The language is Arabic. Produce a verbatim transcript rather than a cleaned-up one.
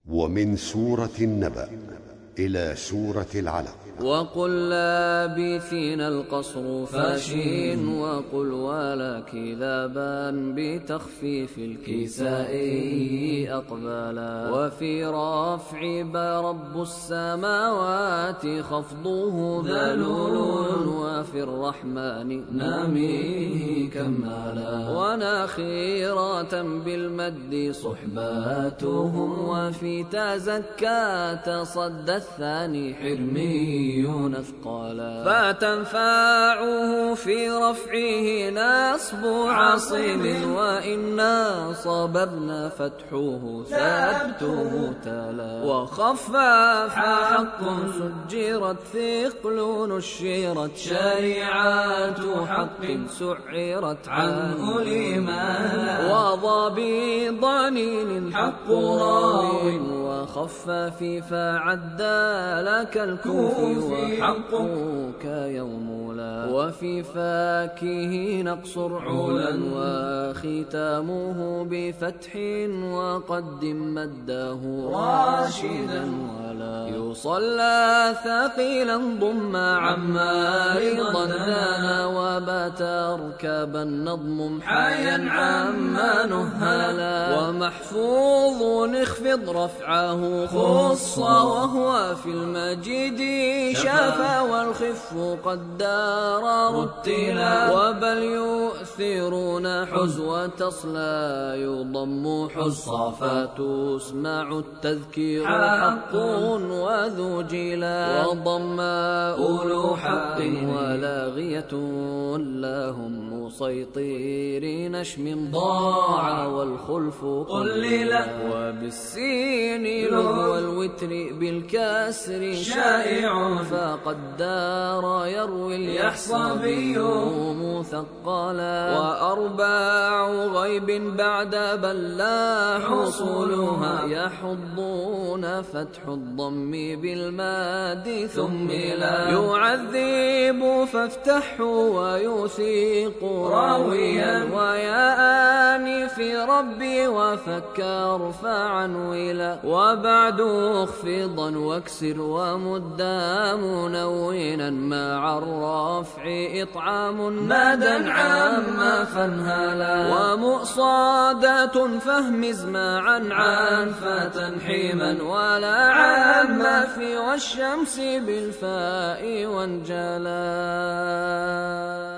ومن سورة النبأ إلى سورة العلق. وقل لابثين القصر فاشين، وقل ولك ذابان بتخفيف الكساء أقبالا. وفي رفع برب السماوات خفضه ذلول، وفي الرحمن نامي كمالا. وناخيرة بالمد صحباتهم، وفي تزكى تصدى الثاني حرمي أثقالا. فتنفعه في رفعه نصب عصيب، وإنا صببنا فتحه ثبته تلا. وخفف حق سجرت ثقل نشرت، شريعات حق سعرت عنه لمالا. وضبي ضنين حق راو، وخفف فعدى لك الكوفي وحقك يوم لا. وفي فاكه نقصر علا، وختامه بفتح، وقدم مده راشدا ولا. يصلى ثقيلا ضم عما ضدانا، وبات اركبا نضم حيا عما نهالا. ومحفوظ اخفض رفعه خص، وهو في المجد شفا، والخف قدار رتلا. وبل يؤثرون حزو تصلى، يضم حصى فتسمع التذكير حق وذو جلا. وضم أولو حق ولاغية لهم مسيطرين، اشم ضاع والخلف قللا. وبالسين لهو الوتر بالكسر شائع، فقدار يروي اليحصبي مثقلا. وأرباع غيب بعد بل لا حصولها، يحضون فتح الضم بالماد ثم لا. يعذب فافتحه ويثيق راويا، ويا في ربي وفكر فعنولا. وبعد اخفضا واكسر ومدا منونا، مع الرفع إطعام مادا عاما فانهالا. ومؤصادة فهمز معا عن فتنحيما، ولا عاما في والشمس بالفاء وانجلا.